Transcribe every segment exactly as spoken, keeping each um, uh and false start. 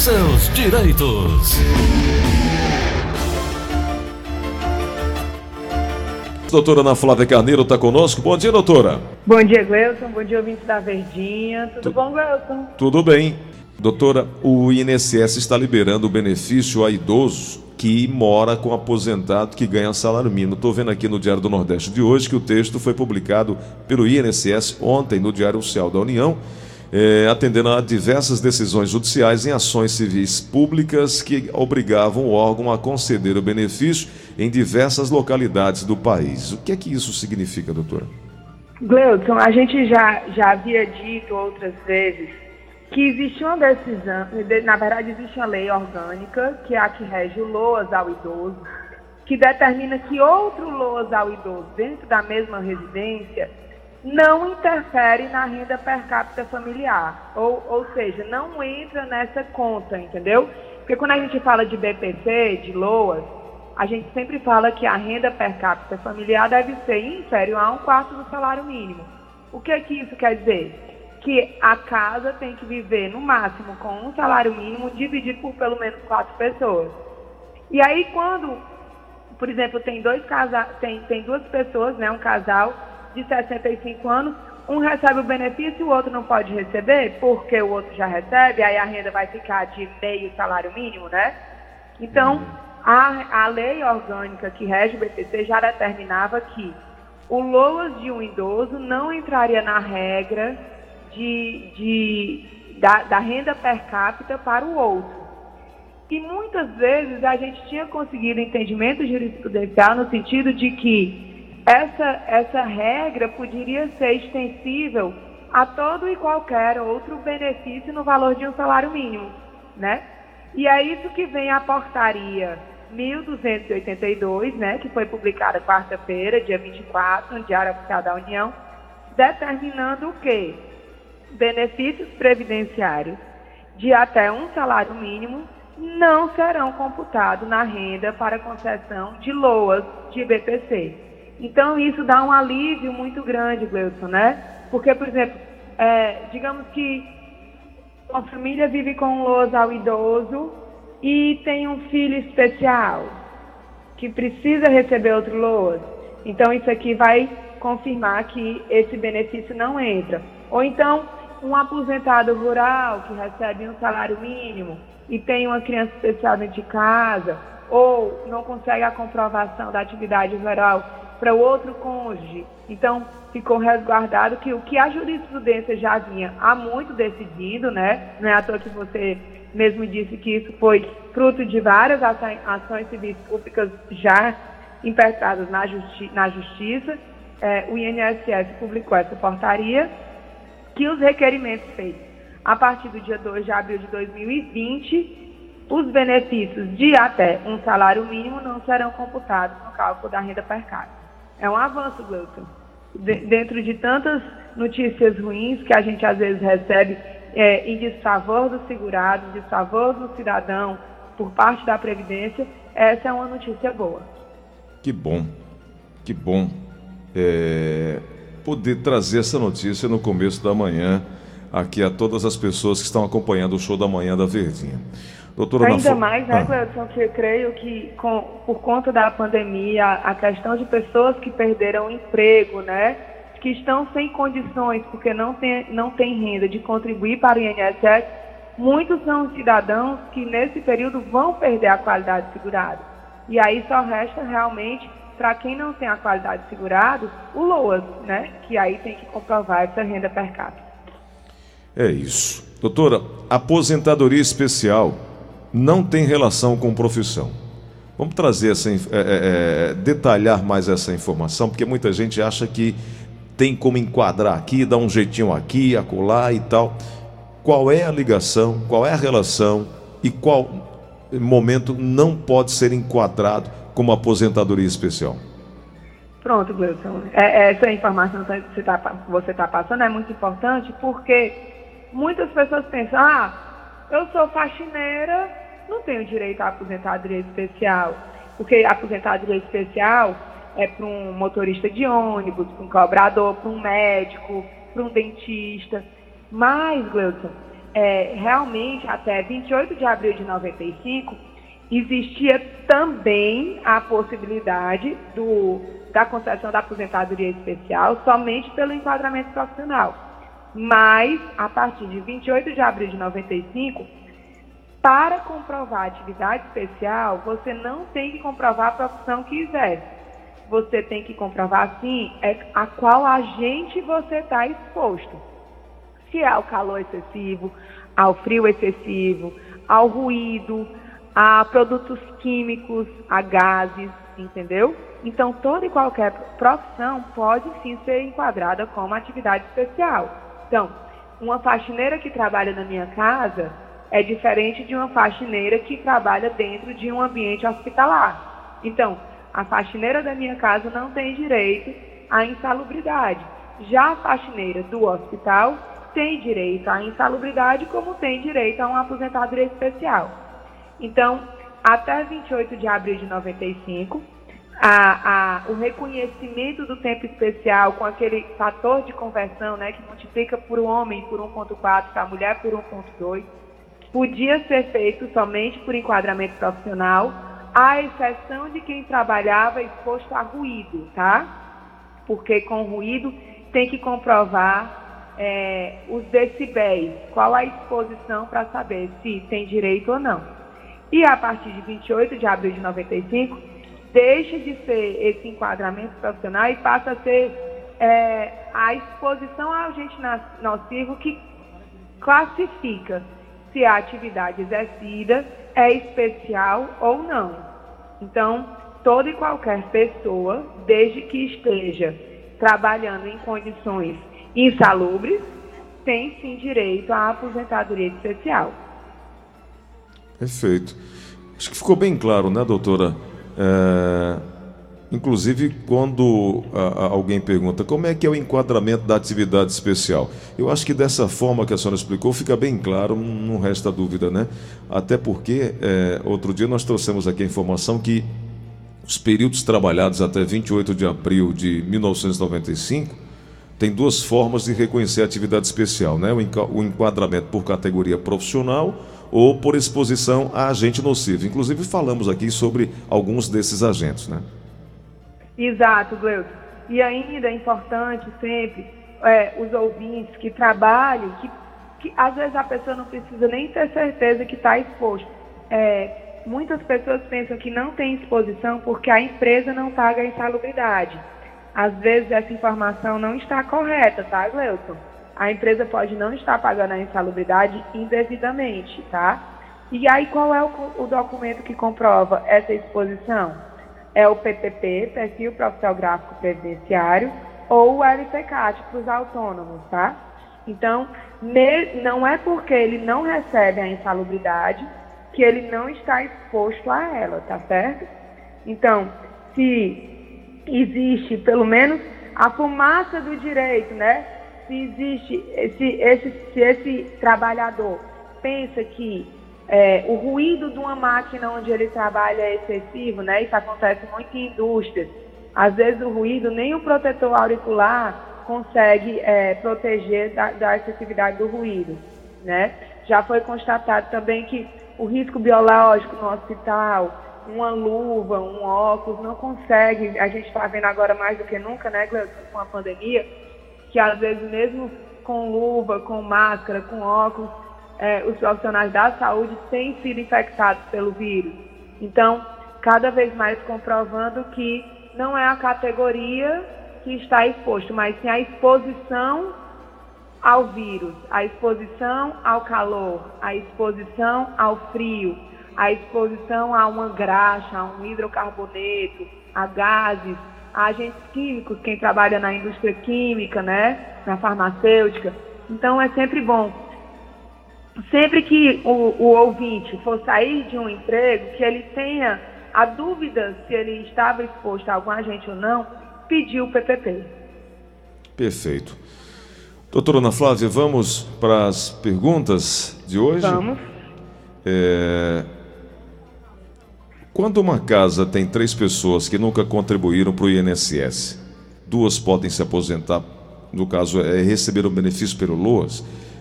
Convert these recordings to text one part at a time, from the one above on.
seus direitos. Doutora Ana Flávia Carneiro está conosco. Bom dia, doutora. Bom dia, Gleuton. Bom dia, ouvintes da Verdinha. Tudo tu... bom, Gleuton? Tudo bem. Doutora, o I N S S está liberando o benefício a idosos que mora com aposentado que ganha salário mínimo. Estou vendo aqui no Diário do Nordeste de hoje que o texto foi publicado pelo I N S S ontem no Diário Oficial da União, é, atendendo a diversas decisões judiciais em ações civis públicas que obrigavam o órgão a conceder o benefício em diversas localidades do país. O que é que isso significa, doutora? Gleuton, a gente já, já havia dito outras vezes que existe uma decisão, na verdade existe uma lei orgânica, que é a que rege o LOAS ao idoso, que determina que outro LOAS ao idoso dentro da mesma residência não interfere na renda per capita familiar, ou, ou seja, não entra nessa conta, entendeu? Porque quando a gente fala de B P C, de LOAS, a gente sempre fala que a renda per capita familiar deve ser inferior a um quarto do salário mínimo. O que é que isso quer dizer? Que a casa tem que viver no máximo com um salário mínimo dividido por pelo menos quatro pessoas. E aí quando, por exemplo, tem dois casa, tem, tem duas pessoas, né, um casal de sessenta e cinco anos, um recebe o benefício e o outro não pode receber, porque o outro já recebe, aí a renda vai ficar de meio salário mínimo, né? Então, a, a lei orgânica que rege o B P C já determinava que o LOAS de um idoso não entraria na regra De, de, da, da renda per capita para o outro. E muitas vezes a gente tinha conseguido entendimento jurisprudencial no sentido de que essa, essa regra poderia ser extensível a todo e qualquer outro benefício no valor de um salário mínimo, né? E é isso que vem a portaria mil duzentos e oitenta e dois, né, que foi publicada quarta-feira, dia vinte e quatro, no Diário Oficial da União, determinando o quê? Benefícios previdenciários de até um salário mínimo não serão computados na renda para concessão de LOAS de B P C. Então, isso dá um alívio muito grande, Gleuton, né? Porque, por exemplo, é, digamos que uma família vive com LOAS ao idoso e tem um filho especial que precisa receber outro LOAS. Então, isso aqui vai confirmar que esse benefício não entra. Ou então, um aposentado rural que recebe um salário mínimo e tem uma criança especial dentro de casa, ou não consegue a comprovação da atividade rural para o outro cônjuge. Então, ficou resguardado que o que a jurisprudência já vinha há muito decidindo, né? Não é à toa que você mesmo disse que isso foi fruto de várias ações civis públicas já impetradas na, justi- na Justiça. É, o I N S S publicou essa portaria que os requerimentos feitos a partir do dia dois de abril de dois mil e vinte, os benefícios de até um salário mínimo não serão computados no cálculo da renda per capita. É um avanço, Gleuton. De, dentro de tantas notícias ruins que a gente às vezes recebe é, em desfavor do segurado, em desfavor do cidadão, por parte da Previdência, essa é uma notícia boa. Que bom, que bom. É... poder trazer essa notícia no começo da manhã aqui a todas as pessoas que estão acompanhando o show da manhã da Verdinha. Doutora Ainda Ana... mais, né, ah. Gleuton, que eu creio que com, por conta da pandemia, a questão de pessoas que perderam o emprego, né, que estão sem condições, porque não tem, não tem renda de contribuir para o I N S S, muitos são cidadãos que nesse período vão perder a qualidade de segurado. E aí só resta realmente, para quem não tem a qualidade de segurado, o LOAS, né? Que aí tem que comprovar essa renda per capita. É isso. Doutora, aposentadoria especial não tem relação com profissão. Vamos trazer essa, é, é, detalhar mais essa informação, porque muita gente acha que tem como enquadrar aqui, dar um jeitinho aqui, acolá e tal. Qual é a ligação, qual é a relação e qual momento não pode ser enquadrado como aposentadoria especial? Pronto, Gleuton. É, essa informação que você está você tá passando é muito importante porque muitas pessoas pensam, ah, eu sou faxineira, não tenho direito à aposentadoria especial, porque a aposentadoria especial é para um motorista de ônibus, para um cobrador, para um médico, para um dentista. Mas, Gleuton, é, realmente, até vinte e oito de abril de noventa e cinco, existia também a possibilidade do, da concessão da aposentadoria especial somente pelo enquadramento profissional. Mas, a partir de vinte e oito de abril de noventa e cinco, para comprovar a atividade especial, você não tem que comprovar a profissão que exerce. Você tem que comprovar, sim, é a qual agente você está exposto. Se é ao calor excessivo, ao frio excessivo, ao ruído, a produtos químicos, a gases, entendeu? Então, toda e qualquer profissão pode, sim, ser enquadrada como atividade especial. Então, uma faxineira que trabalha na minha casa é diferente de uma faxineira que trabalha dentro de um ambiente hospitalar. Então, a faxineira da minha casa não tem direito à insalubridade. Já a faxineira do hospital tem direito à insalubridade, como tem direito a uma aposentadoria especial. Então, até vinte e oito de abril de noventa e cinco, a, a, o reconhecimento do tempo especial com aquele fator de conversão, né, que multiplica por um homem por um vírgula quatro, para a mulher por um vírgula dois, podia ser feito somente por enquadramento profissional, à exceção de quem trabalhava exposto a ruído, tá? Porque com ruído tem que comprovar é, os decibéis, qual a exposição para saber se tem direito ou não. E a partir de vinte e oito de abril de noventa e cinco, deixa de ser esse enquadramento profissional e passa a ser é, a exposição ao agente nocivo que classifica se a atividade exercida é especial ou não. Então, toda e qualquer pessoa, desde que esteja trabalhando em condições insalubres, tem sim direito à aposentadoria especial. Perfeito. Acho que ficou bem claro, né, doutora? É, inclusive, quando a, a, alguém pergunta como é que é o enquadramento da atividade especial, eu acho que dessa forma que a senhora explicou, fica bem claro, não resta dúvida, né? Até porque, é, outro dia nós trouxemos aqui a informação que os períodos trabalhados até vinte e oito de abril de mil novecentos e noventa e cinco tem duas formas de reconhecer a atividade especial, né? O enquadramento por categoria profissional ou por exposição a agente nocivo. Inclusive falamos aqui sobre alguns desses agentes, né? Exato, Gleuton. E ainda é importante sempre é, os ouvintes que trabalham, que, que às vezes a pessoa não precisa nem ter certeza que está exposto. É, muitas pessoas pensam que não tem exposição porque a empresa não paga a insalubridade. Às vezes essa informação não está correta, tá, Gleuton? A empresa pode não estar pagando a insalubridade indevidamente, tá? E aí qual é o, o documento que comprova essa exposição? É o P P P, Perfil Profissional Gráfico Previdenciário, ou o L T C A T para os autônomos, tá? Então, ne, não é porque ele não recebe a insalubridade que ele não está exposto a ela, tá certo? Então, se existe pelo menos a fumaça do direito, né? Se existe, esse, esse, se esse trabalhador pensa que é, o ruído de uma máquina onde ele trabalha é excessivo, né? Isso acontece muito em indústrias. Às vezes o ruído, nem o protetor auricular consegue é, proteger da, da excessividade do ruído, né? Já foi constatado também que o risco biológico no hospital, uma luva, um óculos, não consegue, a gente está vendo agora mais do que nunca, né, Gleuton, com a pandemia, que às vezes mesmo com luva, com máscara, com óculos, é, os profissionais da saúde têm sido infectados pelo vírus. Então, cada vez mais comprovando que não é a categoria que está exposto, mas sim a exposição ao vírus, a exposição ao calor, a exposição ao frio, a exposição a uma graxa, a um hidrocarboneto, a gases, a agentes químicos, quem trabalha na indústria química, né, na farmacêutica. Então, é sempre bom, sempre que o, o ouvinte for sair de um emprego, que ele tenha a dúvida se ele estava exposto a algum agente ou não, pedir o P P P. Perfeito. Doutora Ana Flávia, vamos para as perguntas de hoje? Vamos. É... Quando uma casa tem três pessoas que nunca contribuíram para o I N S S, duas podem se aposentar, no caso é receber o benefício pelo LOAS,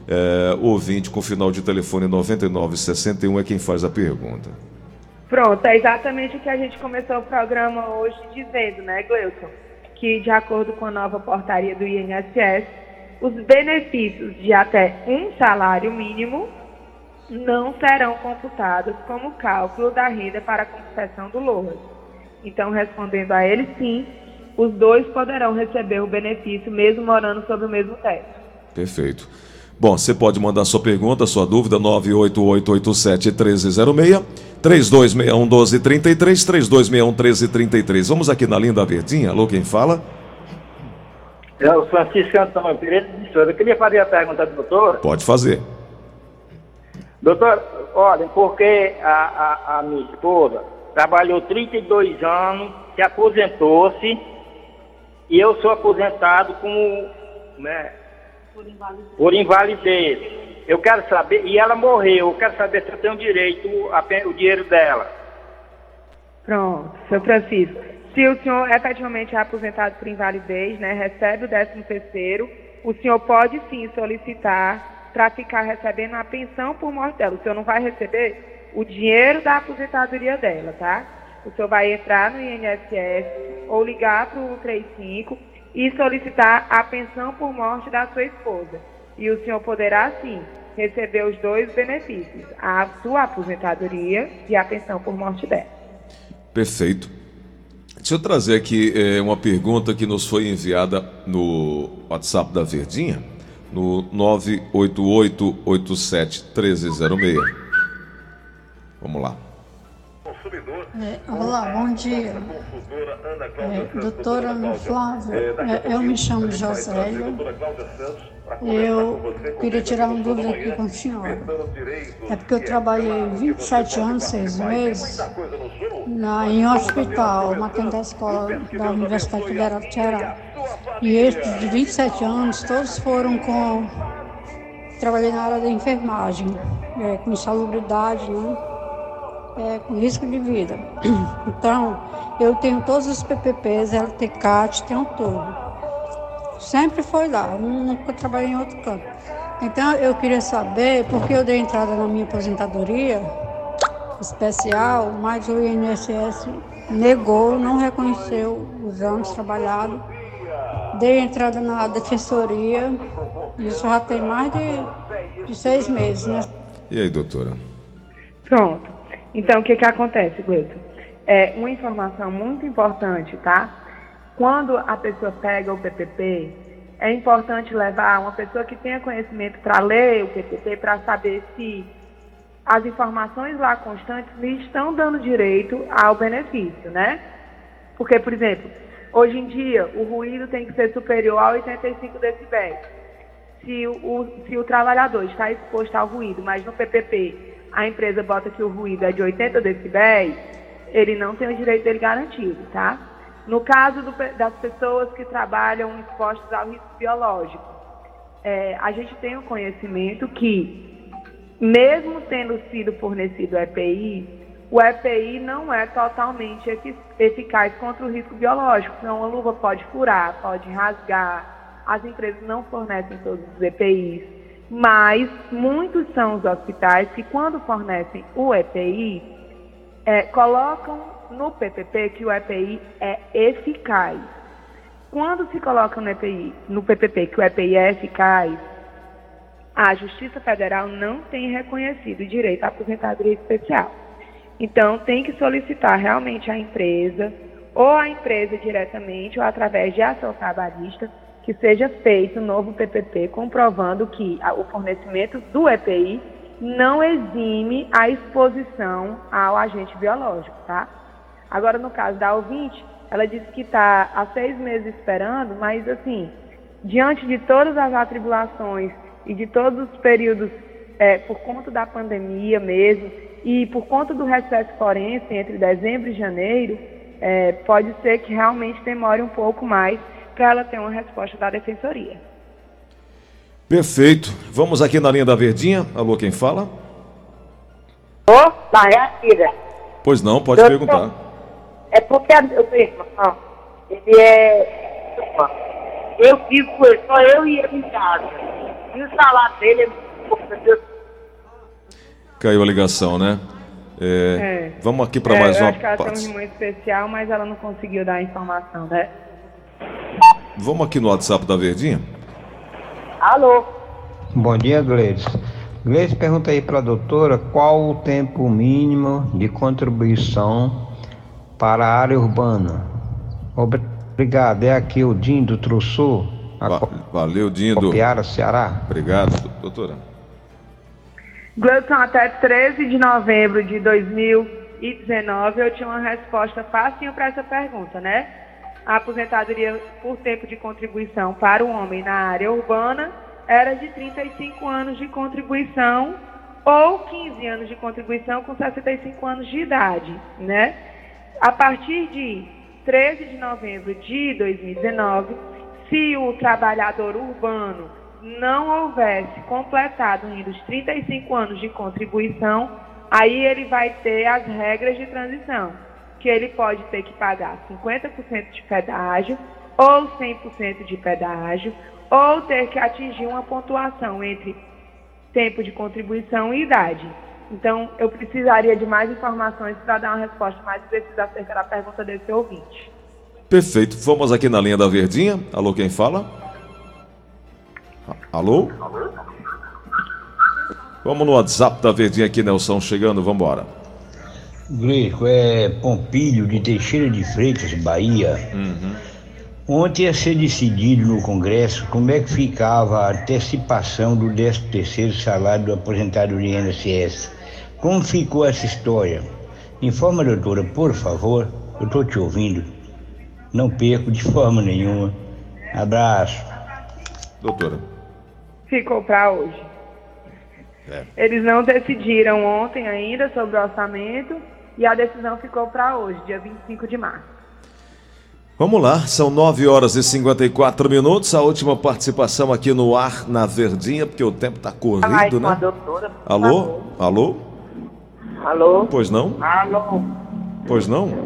É, ouvinte com final de telefone noventa e nove sessenta e um é quem faz a pergunta. Pronto, é exatamente o que a gente começou o programa hoje dizendo, né, Gleuton? Que, de acordo com a nova portaria do I N S S, os benefícios de até um salário mínimo não serão computados como cálculo da renda para a concessão do LOAS. Então, respondendo a ele, sim, os dois poderão receber o benefício mesmo morando sob o mesmo teto. Perfeito. Bom, você pode mandar sua pergunta, sua dúvida, nove oito oito oito sete um três zero seis, três dois seis um um dois três três, três dois seis um um três três três. Vamos aqui na linha da Verdinha. Alô, quem fala? É o Francisco Antônio Pereira de Souza. Eu queria fazer a pergunta do doutor. Pode fazer. Doutor, olha, porque a, a, a minha esposa trabalhou trinta e dois anos, se aposentou-se, e eu sou aposentado como, né, por invalidez. por invalidez. Eu quero saber, e ela morreu, eu quero saber se eu tenho direito a, o dinheiro dela. Pronto, seu Francisco. Se o senhor efetivamente é aposentado por invalidez, né, recebe o décimo terceiro, o senhor pode sim solicitar para ficar recebendo a pensão por morte dela. O senhor não vai receber o dinheiro da aposentadoria dela, tá? O senhor vai entrar no I N S S ou ligar para o trinta e cinco e solicitar a pensão por morte da sua esposa. E o senhor poderá, sim, receber os dois benefícios, a sua aposentadoria e a pensão por morte dela. Perfeito. Deixa eu trazer aqui é, uma pergunta que nos foi enviada no WhatsApp da Verdinha, no nove oito oito oito sete um três zero seis. Vamos lá. É, olá, bom dia. É, doutora Ana Flávia, é, eu me chamo Josélia. Eu queria tirar uma dúvida aqui com a senhora. É porque eu trabalhei vinte e sete anos, seis meses, na, em um hospital, matando da escola da Universidade Federal do Ceará. E estes de vinte e sete anos, todos foram com... Trabalhei na área da enfermagem, é, com insalubridade, né? É, com risco de vida. Então, eu tenho todos os P P Ps, L T C A T, tenho tudo. Sempre foi lá, nunca trabalhei em outro canto. Então, eu queria saber, porque eu dei entrada na minha aposentadoria especial, mas o I N S S negou, não reconheceu os anos trabalhados. Dei entrada na defensoria, isso já tem mais de, de seis meses, né? E aí, doutora? Pronto. Então, o que que acontece, Gleuton? É uma informação muito importante, tá? Quando a pessoa pega o P P P, é importante levar uma pessoa que tenha conhecimento para ler o P P P, para saber se as informações lá constantes lhe estão dando direito ao benefício, né? Porque, por exemplo, hoje em dia, o ruído tem que ser superior a oitenta e cinco decibéis. Se o, se o trabalhador está exposto ao ruído, mas no P P P a empresa bota que o ruído é de oitenta decibéis, ele não tem o direito dele garantido, tá? No caso do, das pessoas que trabalham expostas ao risco biológico, é, a gente tem o conhecimento que, mesmo tendo sido fornecido o E P I, o E P I não é totalmente eficaz contra o risco biológico. Então, uma luva pode furar, pode rasgar, as empresas não fornecem todos os E P Is. Mas muitos são os hospitais que, quando fornecem o E P I, é, colocam no P P P que o E P I é eficaz. Quando se coloca no, E P I, no P P P que o E P I é eficaz, a Justiça Federal não tem reconhecido o direito à aposentadoria especial. Então, tem que solicitar realmente à empresa, ou à empresa diretamente, ou através de ação trabalhista, que seja feito um novo P P P comprovando que o fornecimento do E P I não exime a exposição ao agente biológico, tá? Agora, no caso da ouvinte, ela disse que está há seis meses esperando, mas, assim, diante de todas as atribulações e de todos os períodos, é, por conta da pandemia mesmo, e por conta do recesso forense entre dezembro e janeiro, é, pode ser que realmente demore um pouco mais para ela ter uma resposta da defensoria. Perfeito. Vamos aqui na linha da Verdinha. Alô, quem fala? Ô, Maria. Pois não, pode Doutor, perguntar. É porque eu tenho irmão, ele é... Eu vivo com ele, só eu e ele em casa. E o salário dele é... Caiu a ligação, né? É, É. Vamos aqui para É, mais eu uma acho que ela tem um parte. irmão especial, mas ela não conseguiu dar a informação, né? Vamos aqui no WhatsApp da Verdinha? Alô? Bom dia, Gleice. Gleice, pergunta aí para a doutora qual o tempo mínimo de contribuição para a área urbana. Obrigado. É aqui o Dinho do Trussô, a Va- Valeu, Dindo. Copiara, Ceará. Obrigado, doutora. Gleudson, até treze de novembro de dois mil e dezenove eu tinha uma resposta facinho para essa pergunta, né? A aposentadoria por tempo de contribuição para o homem na área urbana era de trinta e cinco anos de contribuição ou quinze anos de contribuição com sessenta e cinco anos de idade, né? A partir de treze de novembro de dois mil e dezenove, se o trabalhador urbano não houvesse completado ainda os trinta e cinco anos de contribuição, aí ele vai ter as regras de transição, que ele pode ter que pagar cinquenta por cento de pedágio ou cem por cento de pedágio, ou ter que atingir uma pontuação entre tempo de contribuição e idade. Então, eu precisaria de mais informações para dar uma resposta mais precisa acerca da pergunta desse ouvinte. Perfeito. Vamos aqui na linha da Verdinha. Alô, quem fala? Alô? Vamos no WhatsApp da Verdinha aqui, Nelson, chegando, vamos embora. Gleico, é Pompílio de Teixeira de Freitas, Bahia. Uhum. Ontem ia ser decidido no Congresso como é que ficava a antecipação do décimo terceiro salário do aposentado do I N S S. Como ficou essa história? Informa, doutora, por favor. Eu estou te ouvindo. Não perco de forma nenhuma. Abraço. Doutora. Ficou para hoje. É. Eles não decidiram ontem ainda sobre o orçamento e a decisão ficou para hoje, dia vinte e cinco de março. Vamos lá, são nove horas e cinquenta e quatro minutos, a última participação aqui no ar na Verdinha, porque o tempo está corrido, né? Doutora, Alô? Alô? Alô? Pois não? Alô? Pois não?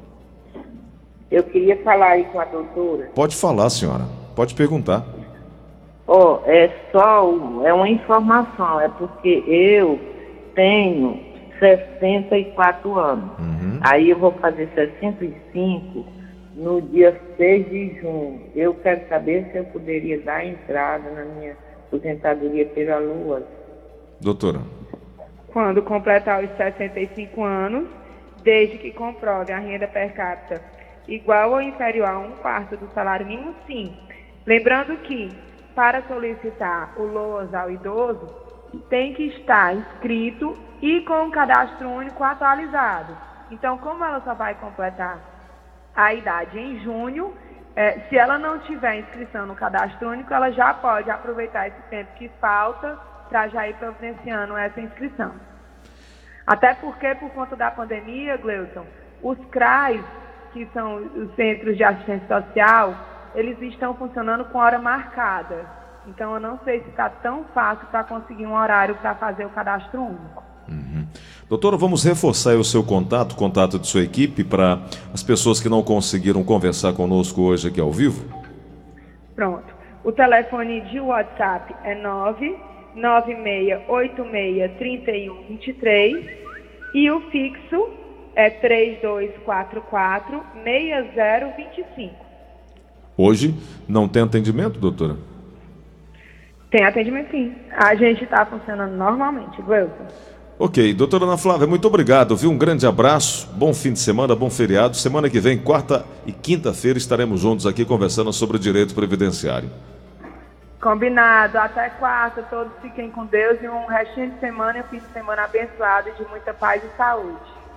Eu queria falar aí com a doutora. Pode falar, senhora. Pode perguntar. Ó, é só um- é uma informação, é porque eu tenho sessenta e quatro anos. Uhum. Aí eu vou fazer sessenta e cinco no dia seis de junho. Eu quero saber se eu poderia dar entrada na minha aposentadoria pela Lua. Doutora. Quando completar os sessenta e cinco anos, desde que comprove a renda per capita igual ou inferior a um quarto do salário mínimo, sim. Lembrando que, para solicitar o LOAS ao idoso, tem que estar inscrito e com o cadastro único atualizado. Então, como ela só vai completar a idade em junho, eh, se ela não tiver inscrição no cadastro único, ela já pode aproveitar esse tempo que falta para já ir providenciando essa inscrição. Até porque, por conta da pandemia, Gleudson, os C R A S, que são os Centros de Assistência Social, eles estão funcionando com hora marcada. Então, eu não sei se está tão fácil para conseguir um horário para fazer o cadastro único. Uhum. Doutora, vamos reforçar aí o seu contato, o contato de sua equipe, para as pessoas que não conseguiram conversar conosco hoje aqui ao vivo? Pronto. O telefone de WhatsApp é nove nove seis oito seis três um dois três e o fixo é três dois quatro quatro seis zero dois cinco. Hoje não tem atendimento, doutora? Tem atendimento, sim. A gente está funcionando normalmente, Gleudson. Ok, doutora Ana Flávia, muito obrigado, viu? Um grande abraço, bom fim de semana, bom feriado. Semana que vem, quarta e quinta-feira, estaremos juntos aqui conversando sobre o direito previdenciário. Combinado. Até quarta. Todos fiquem com Deus e um restinho de semana e um fim de semana abençoado e de muita paz e saúde.